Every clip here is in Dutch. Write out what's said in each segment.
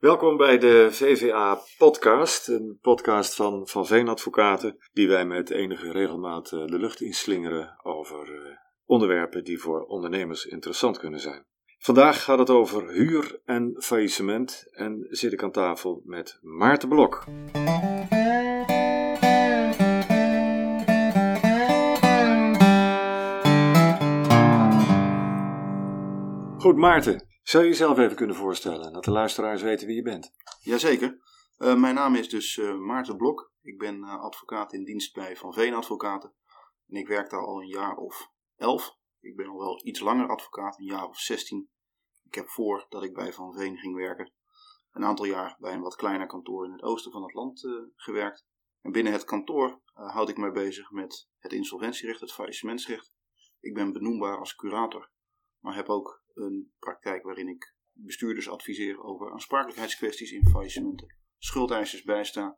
Welkom bij de VVA-podcast, een podcast van Van Veen Advocaten, die wij met enige regelmaat de lucht inslingeren over onderwerpen die voor ondernemers interessant kunnen zijn. Vandaag gaat het over huur en faillissement en zit ik aan tafel met Maarten Blok. Goed, Maarten. Zou je jezelf even kunnen voorstellen, dat de luisteraars weten wie je bent? Jazeker. Mijn naam is dus Maarten Blok. Ik ben advocaat in dienst bij Van Veen Advocaten. En ik werk daar al een jaar of 11. Ik ben al wel iets langer advocaat, een jaar of 16. Ik heb voordat ik bij Van Veen ging werken, een aantal jaar bij een wat kleiner kantoor in het oosten van het land gewerkt. En binnen het kantoor houd ik mij bezig met het insolventierecht, het faillissementsrecht. Ik ben benoembaar als curator, maar heb ook een praktijk waarin ik bestuurders adviseer over aansprakelijkheidskwesties in faillissementen, schuldeisers bijsta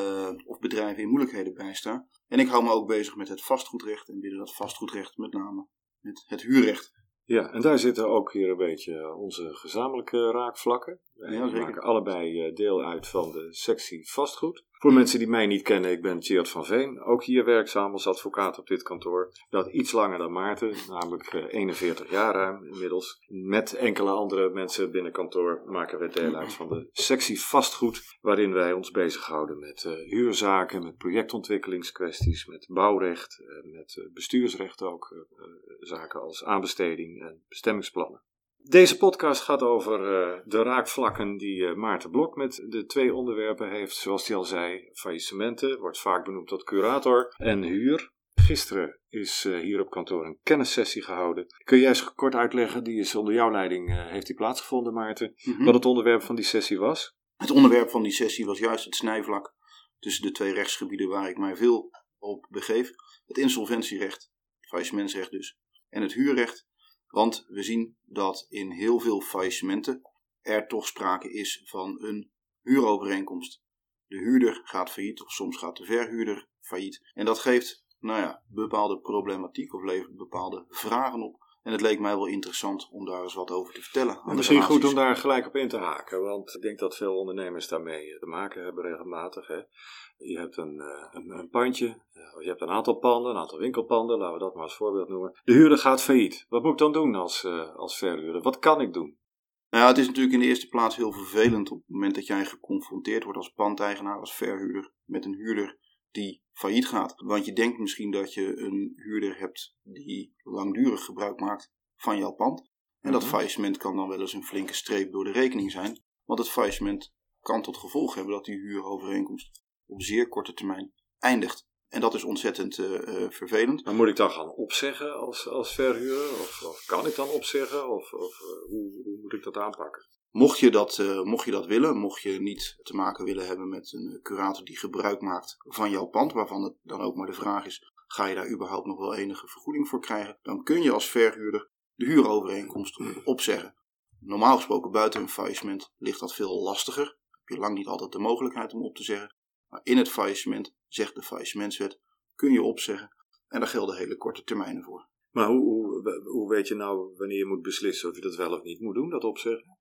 of bedrijven in moeilijkheden bijsta. En ik hou me ook bezig met het vastgoedrecht en binnen dat vastgoedrecht met name met het huurrecht. Ja, en daar zitten ook hier een beetje onze gezamenlijke raakvlakken. Ja, We maken allebei deel uit van de sectie vastgoed. Voor mensen die mij niet kennen, ik ben Tjeerd van Veen, ook hier werkzaam als advocaat op dit kantoor. Dat iets langer dan Maarten, namelijk 41 jaar ruim inmiddels. Met enkele andere mensen binnen kantoor maken we deel uit van de sectie vastgoed, waarin wij ons bezighouden met huurzaken, met projectontwikkelingskwesties, met bouwrecht, met bestuursrecht ook, zaken als aanbesteding en bestemmingsplannen. Deze podcast gaat over de raakvlakken die Maarten Blok met de twee onderwerpen heeft. Zoals hij al zei, faillissementen, wordt vaak benoemd tot curator, en huur. Gisteren is hier op kantoor een kennissessie gehouden. Kun je eens kort uitleggen, die is onder jouw leiding, heeft die plaatsgevonden, Maarten, wat het onderwerp van die sessie was? Het onderwerp van die sessie was juist het snijvlak tussen de twee rechtsgebieden waar ik mij veel op begeef. Het insolventierecht, het faillissementsrecht dus, en het huurrecht. Want we zien dat in heel veel faillissementen er toch sprake is van een huurovereenkomst. De huurder gaat failliet of soms gaat de verhuurder failliet. En dat geeft bepaalde problematiek of levert bepaalde vragen op. En het leek mij wel interessant om daar eens wat over te vertellen. Misschien goed om daar gelijk op in te haken, want ik denk dat veel ondernemers daarmee te maken hebben regelmatig. Hè. Je hebt een pandje, je hebt een aantal panden, een aantal winkelpanden, laten we dat maar als voorbeeld noemen. De huurder gaat failliet. Wat moet ik dan doen als verhuurder? Wat kan ik doen? Nou ja, het is natuurlijk in de eerste plaats heel vervelend op het moment dat jij geconfronteerd wordt als pandeigenaar, als verhuurder, met een huurder die failliet gaat. Want je denkt misschien dat je een huurder hebt die langdurig gebruik maakt van jouw pand. En dat faillissement kan dan wel eens een flinke streep door de rekening zijn. Want het faillissement kan tot gevolg hebben dat die huurovereenkomst op zeer korte termijn eindigt. En dat is ontzettend vervelend. Maar moet ik dan gaan opzeggen als verhuurder? Of kan ik dan opzeggen? Of hoe moet ik dat aanpakken? Mocht je dat willen, mocht je niet te maken willen hebben met een curator die gebruik maakt van jouw pand, waarvan het dan ook maar de vraag is, ga je daar überhaupt nog wel enige vergoeding voor krijgen? Dan kun je als verhuurder de huurovereenkomst opzeggen. Normaal gesproken buiten een faillissement ligt dat veel lastiger. Heb je lang niet altijd de mogelijkheid om op te zeggen. Maar in het faillissement, zegt de faillissementswet, kun je opzeggen. En daar gelden hele korte termijnen voor. Maar hoe weet je nou wanneer je moet beslissen of je dat wel of niet moet doen, dat opzeggen?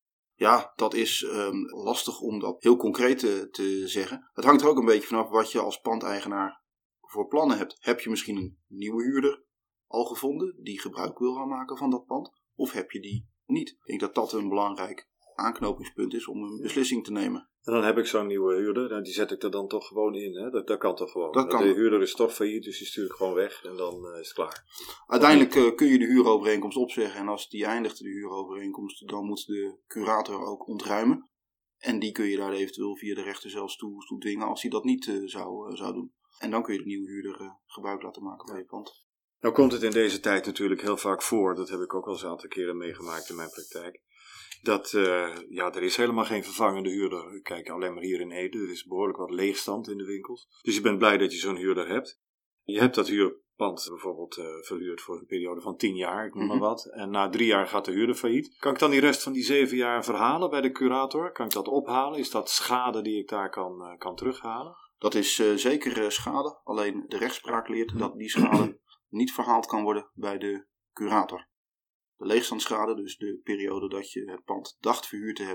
Ja, dat is lastig om dat heel concreet te zeggen. Het hangt er ook een beetje vanaf wat je als pandeigenaar voor plannen hebt. Heb je misschien een nieuwe huurder al gevonden die gebruik wil gaan maken van dat pand? Of heb je die niet? Ik denk dat dat een belangrijk aanknopingspunt is om een beslissing te nemen. En dan heb ik zo'n nieuwe huurder, nou, die zet ik er dan toch gewoon in. Hè? Dat kan toch gewoon. Dat kan. De huurder is toch failliet, dus die stuur ik gewoon weg en dan is het klaar. Uiteindelijk kun je de huurovereenkomst opzeggen en als die eindigt, de huurovereenkomst, dan moet de curator ook ontruimen. En die kun je daar eventueel via de rechter zelfs toe dwingen als hij dat niet zou doen. En dan kun je de nieuwe huurder gebruik laten maken van je pand. Nou komt het in deze tijd natuurlijk heel vaak voor, dat heb ik ook al eens een aantal keren meegemaakt in mijn praktijk. Dat, er is helemaal geen vervangende huurder. Kijk, alleen maar hier in Ede, er is behoorlijk wat leegstand in de winkels. Dus je bent blij dat je zo'n huurder hebt. Je hebt dat huurpand bijvoorbeeld verhuurd voor een periode van 10 jaar, ik noem maar wat. En na 3 jaar gaat de huurder failliet. Kan ik dan die rest van die 7 jaar verhalen bij de curator? Kan ik dat ophalen? Is dat schade die ik daar kan terughalen? Dat is zeker schade. Alleen de rechtspraak leert dat die schade niet verhaald kan worden bij de curator. De leegstandsschade, dus de periode dat je het pand dacht verhuurd te hebben,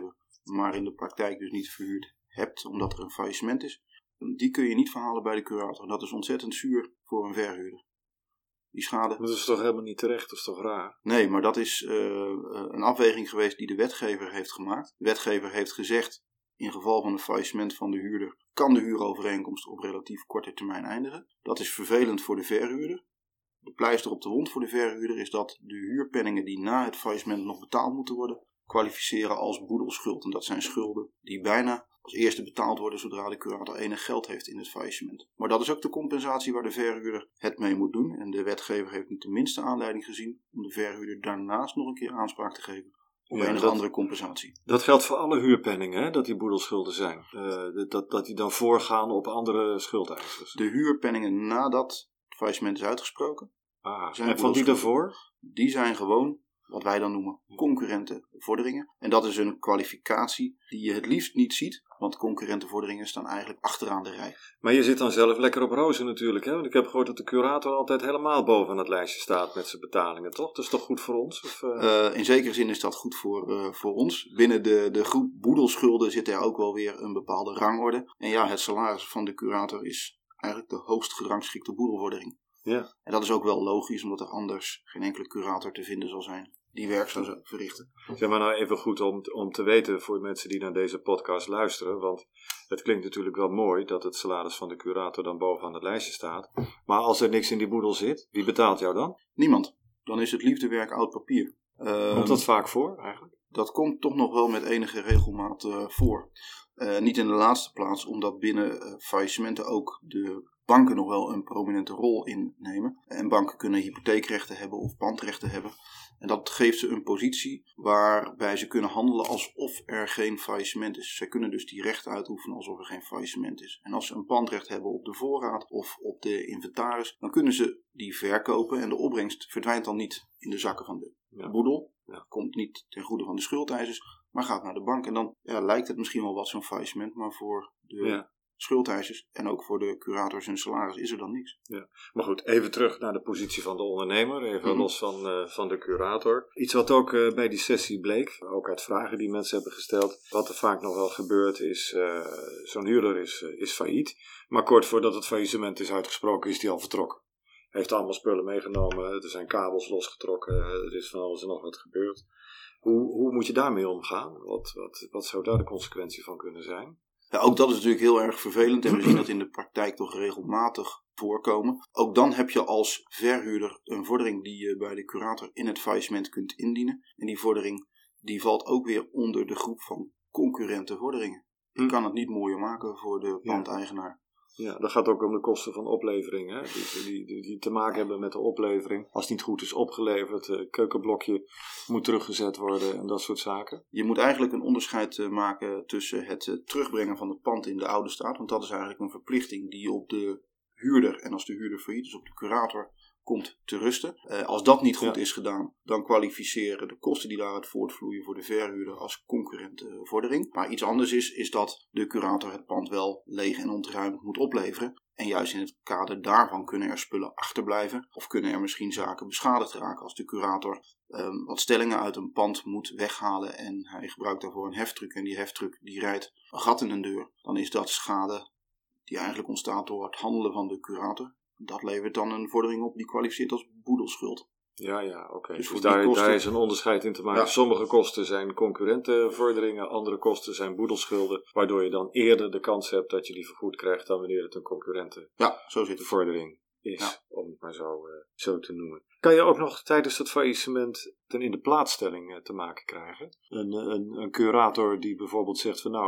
maar in de praktijk dus niet verhuurd hebt omdat er een faillissement is, die kun je niet verhalen bij de curator. En dat is ontzettend zuur voor een verhuurder. Die schade... Dat is toch helemaal niet terecht, dat is toch raar? Nee, maar dat is een afweging geweest die de wetgever heeft gemaakt. De wetgever heeft gezegd, in geval van een faillissement van de huurder, kan de huurovereenkomst op relatief korte termijn eindigen. Dat is vervelend voor de verhuurder. De pleister op de wond voor de verhuurder is dat de huurpenningen die na het faillissement nog betaald moeten worden, kwalificeren als boedelschuld. En dat zijn schulden die bijna als eerste betaald worden zodra de curator enig geld heeft in het faillissement. Maar dat is ook de compensatie waar de verhuurder het mee moet doen. En de wetgever heeft niet de minste aanleiding gezien om de verhuurder daarnaast nog een keer aanspraak te geven op enige andere compensatie. Dat geldt voor alle huurpenningen, hè, dat die boedelschulden zijn. Dat die dan voorgaan op andere schuldeisers. De huurpenningen nadat het faillissement is uitgesproken. En van die daarvoor? Die zijn gewoon wat wij dan noemen concurrente vorderingen. En dat is een kwalificatie die je het liefst niet ziet, want concurrente vorderingen staan eigenlijk achteraan de rij. Maar je zit dan zelf lekker op rozen natuurlijk, hè? Want ik heb gehoord dat de curator altijd helemaal bovenaan het lijstje staat met zijn betalingen, toch? Dat is toch goed voor ons? Of, In zekere zin is dat goed voor ons. Binnen de groep boedelschulden zit er ook wel weer een bepaalde rangorde. En ja, het salaris van de curator is eigenlijk de hoogst gerangschikte boedelvordering. Ja. En dat is ook wel logisch, omdat er anders geen enkele curator te vinden zal zijn die werk zou verrichten. Zeg maar nou even goed om te weten voor mensen die naar deze podcast luisteren, want het klinkt natuurlijk wel mooi dat het salaris van de curator dan bovenaan het lijstje staat. Maar als er niks in die boedel zit, wie betaalt jou dan? Niemand. Dan is het liefdewerk oud papier. Komt dat vaak voor eigenlijk? Dat komt toch nog wel met enige regelmaat voor. Niet in de laatste plaats, omdat binnen faillissementen ook de banken nog wel een prominente rol innemen. En banken kunnen hypotheekrechten hebben of pandrechten hebben. En dat geeft ze een positie waarbij ze kunnen handelen alsof er geen faillissement is. Zij kunnen dus die rechten uitoefenen alsof er geen faillissement is. En als ze een pandrecht hebben op de voorraad of op de inventaris, dan kunnen ze die verkopen en de opbrengst verdwijnt dan niet in de zakken van de boedel. Komt niet ten goede van de schuldeisers, maar gaat naar de bank. En dan lijkt het misschien wel wat zo'n faillissement, maar voor de schuldeisers en ook voor de curators hun salaris is er dan niks. Ja. Maar goed, even terug naar de positie van de ondernemer, even los van de curator. Iets wat ook bij die sessie bleek, ook uit vragen die mensen hebben gesteld, wat er vaak nog wel gebeurt is, zo'n huurder is failliet, maar kort voordat het faillissement is uitgesproken is hij al vertrokken. Hij heeft allemaal spullen meegenomen, er zijn kabels losgetrokken, er is van alles en nog wat gebeurd. Hoe moet je daarmee omgaan? Wat zou daar de consequentie van kunnen zijn? Ja, ook dat is natuurlijk heel erg vervelend en we zien dat in de praktijk toch regelmatig voorkomen. Ook dan heb je als verhuurder een vordering die je bij de curator in het faillissement kunt indienen. En die vordering die valt ook weer onder de groep van concurrente vorderingen. Je kan het niet mooier maken voor de pandeigenaar. Ja, dat gaat ook om de kosten van oplevering, hè? Die te maken hebben met de oplevering. Als het niet goed is opgeleverd, het keukenblokje moet teruggezet worden en dat soort zaken. Je moet eigenlijk een onderscheid maken tussen het terugbrengen van het pand in de oude staat. Want dat is eigenlijk een verplichting die op de huurder en als de huurder failliet is op de curator komt te rusten. Als dat niet goed is gedaan, dan kwalificeren de kosten die daaruit voortvloeien voor de verhuurder als concurrente vordering. Maar iets anders is dat de curator het pand wel leeg en ontruimd moet opleveren. En juist in het kader daarvan kunnen er spullen achterblijven of kunnen er misschien zaken beschadigd raken. Als de curator wat stellingen uit een pand moet weghalen en hij gebruikt daarvoor een heftruck en die heftruck die rijdt een gat in een deur, dan is dat schade die eigenlijk ontstaat door het handelen van de curator. Dat levert dan een vordering op die kwalificeert als boedelschuld. Ja, oké. Dus daar is een onderscheid in te maken. Ja. Sommige kosten zijn concurrente vorderingen, andere kosten zijn boedelschulden, waardoor je dan eerder de kans hebt dat je die vergoed krijgt dan wanneer het een concurrente zo zit het. vordering is, om het maar zo te noemen. Kan je ook nog tijdens het faillissement ten in de plaatsstelling te maken krijgen? Een curator die bijvoorbeeld zegt van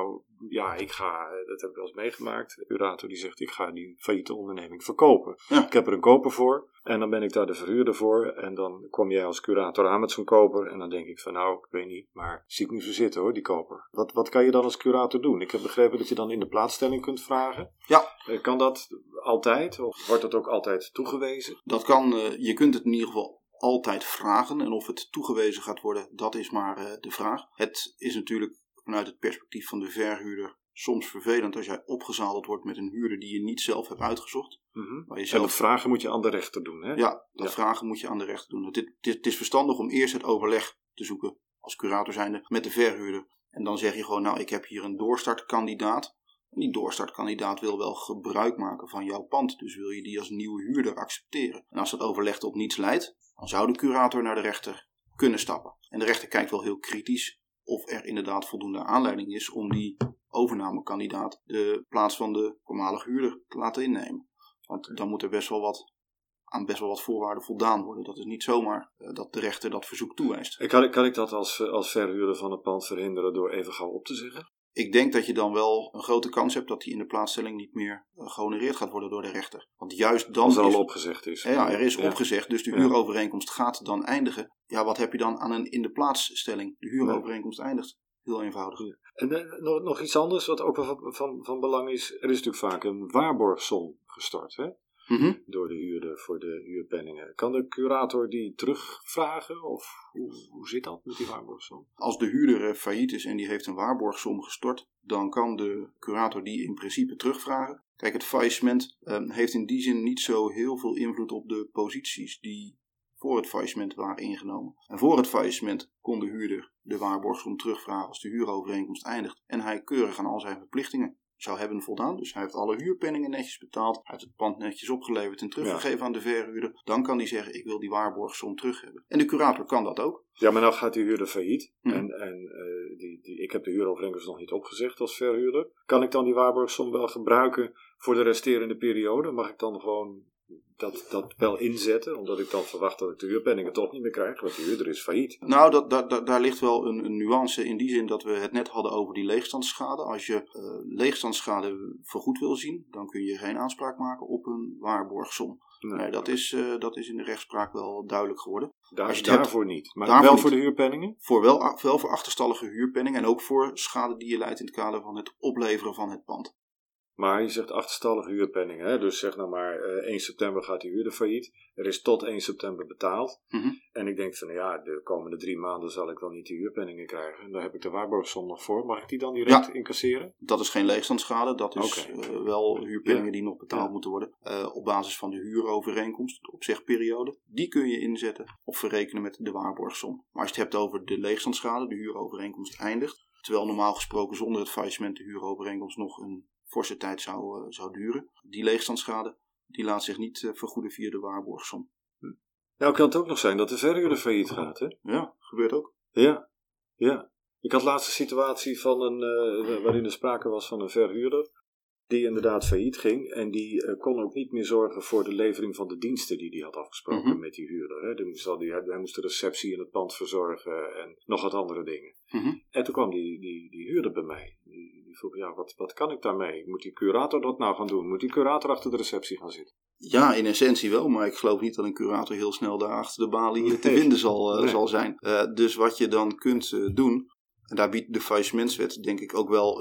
dat heb ik wel eens meegemaakt. De curator die zegt ik ga die failliete onderneming verkopen. Ja. Ik heb er een koper voor en dan ben ik daar de verhuurder voor en dan kom jij als curator aan met zo'n koper en dan denk ik van ik weet niet, maar zie ik nu zo zitten hoor, die koper. Wat kan je dan als curator doen? Ik heb begrepen dat je dan in de plaatsstelling kunt vragen. Ja. Kan dat altijd of wordt dat ook altijd toegewezen? Dat kan, je kunt het in ieder geval altijd vragen en of het toegewezen gaat worden, dat is maar de vraag. Het is natuurlijk vanuit het perspectief van de verhuurder soms vervelend als jij opgezadeld wordt met een huurder die je niet zelf hebt uitgezocht. En dat vragen moet je aan de rechter doen, hè? Ja, vragen moet je aan de rechter doen. Het is verstandig om eerst het overleg te zoeken als curator zijnde met de verhuurder. En dan zeg je gewoon, nou, ik heb hier een doorstartkandidaat. En die doorstartkandidaat wil wel gebruik maken van jouw pand. Dus wil je die als nieuwe huurder accepteren. En als dat overleg tot niets leidt, dan zou de curator naar de rechter kunnen stappen. En de rechter kijkt wel heel kritisch of er inderdaad voldoende aanleiding is om die overnamekandidaat de plaats van de voormalige huurder te laten innemen. Want dan moet er best wel wat voorwaarden voldaan worden. Dat is niet zomaar dat de rechter dat verzoek toewijst. Kan ik dat als verhuurder van het pand verhinderen door even gauw op te zeggen? Ik denk dat je dan wel een grote kans hebt dat die in de plaatsstelling niet meer gehonoreerd gaat worden door de rechter. Want juist dan als er al opgezegd is. Ja, er is opgezegd, dus de huurovereenkomst gaat dan eindigen. Ja, wat heb je dan aan een in de plaatsstelling? De huurovereenkomst eindigt. Heel eenvoudig. Ja. En nog iets anders wat ook wel van belang is. Er is natuurlijk vaak een waarborgsom gestort, hè? Mm-hmm. Door de huurder voor de huurpenningen. Kan de curator die terugvragen? Of hoe zit dat met die waarborgsom? Als de huurder failliet is en die heeft een waarborgsom gestort, dan kan de curator die in principe terugvragen. Kijk, het faillissement heeft in die zin niet zo heel veel invloed op de posities die voor het faillissement waren ingenomen. En voor het faillissement kon de huurder de waarborgsom terugvragen als de huurovereenkomst eindigt en hij keurig aan al zijn verplichtingen zou hebben voldaan. Dus hij heeft alle huurpenningen netjes betaald. Hij heeft het pand netjes opgeleverd en teruggegeven aan de verhuurder. Dan kan hij zeggen, ik wil die waarborgsom terug hebben. En de curator kan dat ook. Ja, maar nou gaat die huurder failliet. Ik heb de huurovereenkomst nog niet opgezegd als verhuurder. Kan ik dan die waarborgsom wel gebruiken voor de resterende periode? Mag ik dan gewoon dat wel inzetten? Omdat ik dan verwacht dat ik de huurpenningen toch niet meer krijg. Want de huurder is failliet. Nou, daar ligt wel een nuance in die zin dat we het net hadden over die leegstandsschade. Als je leegstandsschade vergoed wil zien, dan kun je geen aanspraak maken op een waarborgsom. Nee, dat is in de rechtspraak wel duidelijk geworden. Daarvoor niet. Maar daarvoor wel niet. voor de huurpenningen? Wel voor achterstallige huurpenningen en ook voor schade die je leidt in het kader van het opleveren van het pand. Maar je zegt achterstallige huurpenningen. Hè? Dus zeg nou maar 1 september gaat die huurder failliet. Er is tot 1 september betaald. Mm-hmm. En ik denk van de komende 3 maanden zal ik wel niet die huurpenningen krijgen. En daar heb ik de waarborgsom nog voor. Mag ik die dan direct incasseren? Dat is geen leegstandsschade. Dat is wel huurpenningen die nog betaald moeten worden. Op basis van de huurovereenkomst, de opzegperiode. Die kun je inzetten of verrekenen met de waarborgsom. Maar als je het hebt over de leegstandsschade, de huurovereenkomst eindigt. Terwijl normaal gesproken zonder het faillissement de huurovereenkomst nog een forse tijd zou duren. Die leegstandsschade die laat zich niet vergoeden via de waarborgsom. Nou kan het ook nog zijn dat de verhuurder failliet gaat, hè? Ja, gebeurt ook. Ja. Ik had laatst een situatie waarin er sprake was van een verhuurder die inderdaad failliet ging en die kon ook niet meer zorgen voor de levering van de diensten die hij had afgesproken met die huurder. Hè. Hij moest de receptie in het pand verzorgen en nog wat andere dingen. Mm-hmm. En toen kwam die huurder bij mij. Die vroeg, wat kan ik daarmee? Moet die curator dat nou gaan doen? Moet die curator achter de receptie gaan zitten? Ja, in essentie wel, maar ik geloof niet dat een curator heel snel daar achter de balie te vinden zal zijn. Dus wat je dan kunt doen, en daar biedt de faillissementswet denk ik ook wel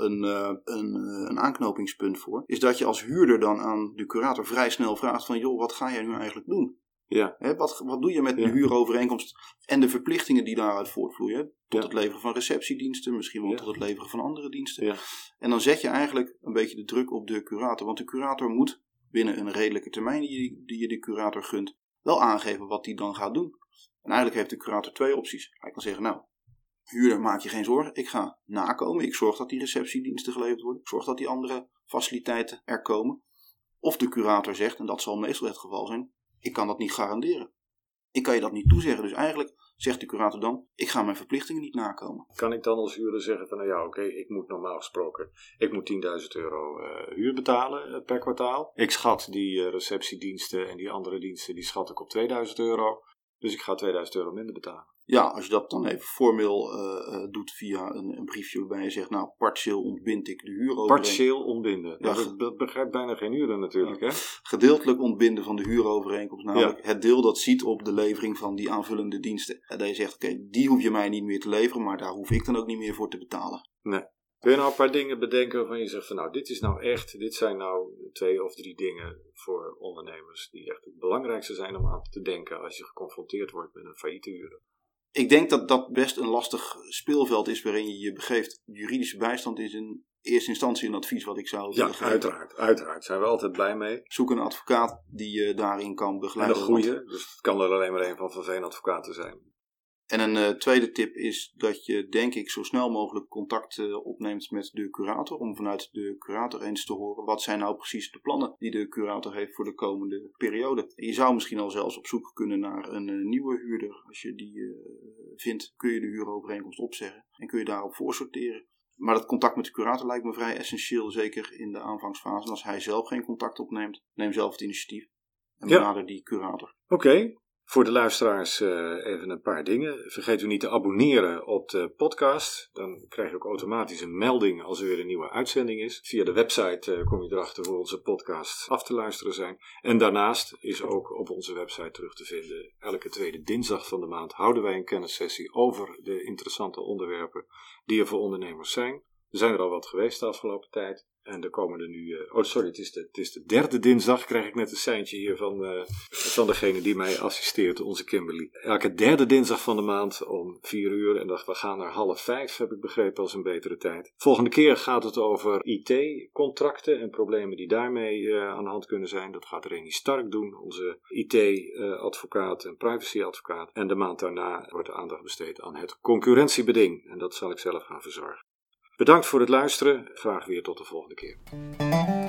een aanknopingspunt voor, is dat je als huurder dan aan de curator vrij snel vraagt van, joh, wat ga jij nu eigenlijk doen? Ja. Wat doe je met de huurovereenkomst en de verplichtingen die daaruit voortvloeien? Tot het leveren van receptiediensten, misschien wel tot het leveren van andere diensten. Ja. En dan zet je eigenlijk een beetje de druk op de curator, want de curator moet binnen een redelijke termijn die je de curator gunt, wel aangeven wat hij dan gaat doen. En eigenlijk heeft de curator 2 opties. Hij kan zeggen, nou, huurder, maak je geen zorgen, ik ga nakomen. Ik zorg dat die receptiediensten geleverd worden. Ik zorg dat die andere faciliteiten er komen. Of de curator zegt, en dat zal meestal het geval zijn, ik kan dat niet garanderen. Ik kan je dat niet toezeggen. Dus eigenlijk zegt de curator dan, ik ga mijn verplichtingen niet nakomen. Kan ik dan als huurder zeggen van, ik moet normaal gesproken, ik moet €10.000 huur betalen per kwartaal. Ik schat die receptiediensten en die andere diensten, die schat ik op €2.000. Dus ik ga €2.000 minder betalen. Ja, als je dat dan even formeel doet via een briefje waarbij je zegt, nou, partieel ontbind ik de huurovereenkomst. Partieel ontbinden. Ja, dat begrijpt bijna geen huurder natuurlijk, hè? Gedeeltelijk ontbinden van de huurovereenkomst. Namelijk het deel dat ziet op de levering van die aanvullende diensten. En dat je zegt, oké, die hoef je mij niet meer te leveren, maar daar hoef ik dan ook niet meer voor te betalen. Nee. Kun je nou een paar dingen bedenken waarvan je zegt van, nou, dit zijn nou 2 of 3 dingen voor ondernemers die echt het belangrijkste zijn om aan te denken als je geconfronteerd wordt met een failliete huurder? Ik denk dat dat best een lastig speelveld is waarin je je begeeft. Juridische bijstand is in eerste instantie een advies wat ik zou willen geven. Uiteraard. Zijn we altijd blij mee. Zoek een advocaat die je daarin kan begeleiden. En een goeie, dus het kan er alleen maar een van Veen Advocaten zijn. En een tweede tip is dat je, denk ik, zo snel mogelijk contact opneemt met de curator. Om vanuit de curator eens te horen wat zijn nou precies de plannen die de curator heeft voor de komende periode. Je zou misschien al zelfs op zoek kunnen naar een nieuwe huurder. Als je die vindt, kun je de huurovereenkomst opzeggen en kun je daarop voorsorteren. Maar dat contact met de curator lijkt me vrij essentieel, zeker in de aanvangsfase. En als hij zelf geen contact opneemt, neem zelf het initiatief en benader die curator. Oké. Voor de luisteraars even een paar dingen. Vergeet u niet te abonneren op de podcast. Dan krijg je ook automatisch een melding als er weer een nieuwe uitzending is. Via de website kom je erachter hoe onze podcasts af te luisteren zijn. En daarnaast is ook op onze website terug te vinden. Elke tweede dinsdag van de maand houden wij een kennissessie over de interessante onderwerpen die er voor ondernemers zijn. Er zijn er al wat geweest de afgelopen tijd. En er komen er nu... het is de derde dinsdag, krijg ik net een seintje hier van degene die mij assisteert, onze Kimberly. Elke derde dinsdag van de maand om 4 uur. En we gaan naar 4:30, heb ik begrepen, als een betere tijd. Volgende keer gaat het over IT-contracten en problemen die daarmee aan de hand kunnen zijn. Dat gaat Reni Stark doen, onze IT-advocaat en privacy-advocaat. En de maand daarna wordt de aandacht besteed aan het concurrentiebeding. En dat zal ik zelf gaan verzorgen. Bedankt voor het luisteren. Graag weer tot de volgende keer.